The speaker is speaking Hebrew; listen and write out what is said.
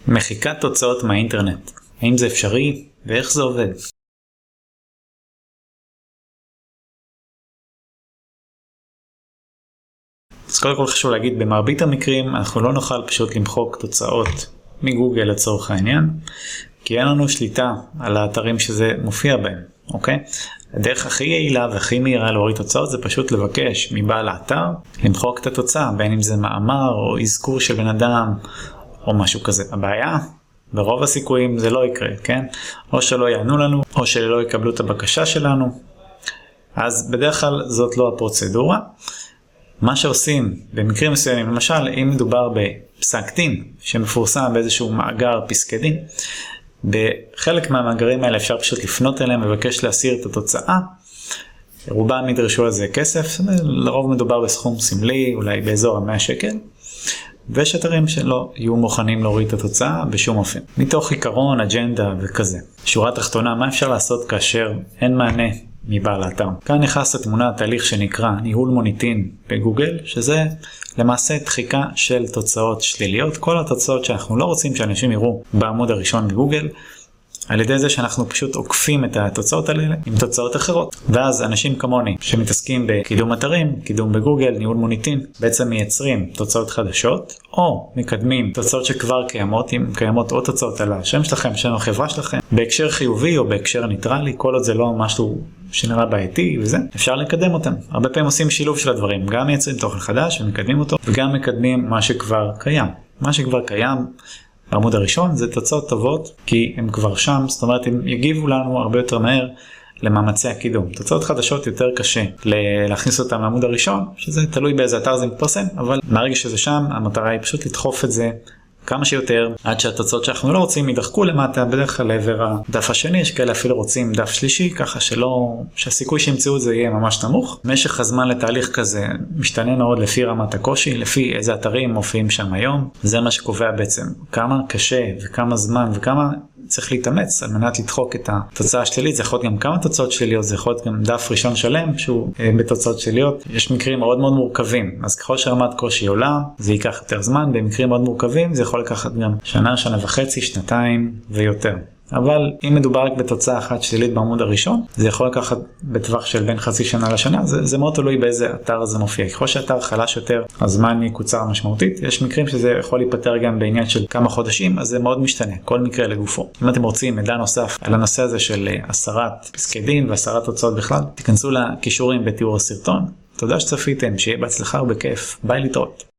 מחיקת תוצאות מהאינטרנט. האם זה אפשרי ואיך זה עובד? אז קודם כל חשוב להגיד, במרבית המקרים אנחנו לא נוכל פשוט למחוק תוצאות מגוגל לצורך העניין, כי אין לנו שליטה על האתרים שזה מופיע בהם, אוקיי? הדרך הכי יעילה והכי מהירה להוריד תוצאות זה פשוט לבקש מבעל האתר למחוק את התוצאה, בין אם זה מאמר או אזכור של בן אדם או משהו כזה. הבעיה, ברוב הסיכויים זה לא יקרה, כן? או שלא יענו לנו, או שלא יקבלו את הבקשה שלנו. אז בדרך כלל זאת לא הפרוצדורה. מה שעושים במקרים מסוימים, למשל אם מדובר בפסק דין שמפורסם באיזשהו מאגר פסקי דין, בחלק מהמאגרים האלה אפשר פשוט לפנות אליהם ובקש להסיר את התוצאה. רובם ידרשו על זה כסף, לרוב מדובר בסכום סמלי, אולי באזור 100 שקל. ויש אתרים שלא יהיו מוכנים להוריד את התוצאה בשום אופן. מתוך עיקרון, אג'נדה וכזה. שורה תחתונה, מה אפשר לעשות כאשר אין מענה מבעל האתר? כאן נכנס לתמונה תהליך שנקרא ניהול מוניטין בגוגל, שזה למעשה דחיקה של תוצאות שליליות. כל התוצאות שאנחנו לא רוצים שאנשים יראו בעמוד הראשון בגוגל, על ידי זה שאנחנו פשוט עוקפים את התוצאות האלה עם תוצאות אחרות. ואז אנשים כמוני שמתעסקים בקידום אתרים, קידום בגוגל, ניהול מוניטין, בעצם מייצרים תוצאות חדשות, או מקדמים תוצאות שכבר קיימות, אם קיימות עוד תוצאות על השם שלכם, שם החברה שלכם, בהקשר חיובי או בהקשר ניטרלי, כל עוד זה לא משהו שנראה בעייתי וזה, אפשר לקדם אותם. הרבה פעמים עושים שילוב של הדברים, גם מייצרים תוכן חדש ומקדמים אותו, וגם מקדמים מה שכבר קיים. מה שכבר קיים בעמוד הראשון זה תוצאות טובות, כי הם כבר שם, זאת אומרת הם יגיבו לנו הרבה יותר מהר למאמצי הקידום. תוצאות חדשות יותר קשה להכניס אותם לעמוד הראשון, שזה תלוי באיזה אתר זה מתפרסם, אבל מהרגע שזה שם, המטרה היא פשוט לדחוף את זה כמה שיותר, עד שהתוצאות שאנחנו לא רוצים יידחקו למטה, בדרך כלל לעבר הדף השני, יש כאלה אפילו רוצים דף שלישי, ככה שהסיכוי שימצאו את זה יהיה ממש נמוך. משך הזמן לתהליך כזה משתנה מאוד לפי רמת הקושי, לפי איזה אתרים מופיעים שם היום. זה מה שקובע בעצם כמה קשה וכמה זמן וכמה צריך להתאמץ על מנת לדחוק את התוצאה השלילית. זה יכול להיות גם כמה תוצאות שליליות, זה יכול להיות גם דף ראשון שלם שהוא בתוצאות שליליות. יש מקרים מאוד מאוד מורכבים, אז ככל שרמת קושי עולה זה ייקח יותר זמן. במקרים מאוד מורכבים זה יכול לקחת גם שנה, שנה וחצי, שנתיים ויותר. אבל אם מדובר רק בתוצאה אחת שלילית בעמוד הראשון, זה יכול לקחת בטווח של בין חצי שנה לשנה. זה מאוד תלוי באיזה אתר זה מופיע. ככל שהאתר חלש יותר, הזמן יקוצר משמעותית. יש מקרים שזה יכול להיפטר גם בעניין של כמה חודשים, אז זה מאוד משתנה, כל מקרה לגופו. אם אתם רוצים מידע נוסף על הנושא הזה של הסרת פסקי דין והסרת תוצאות בכלל, תיכנסו לקישורים בתיאור הסרטון. תודה שצפיתם, שיהיה בהצלחה ובכיף. ביי, להתראות.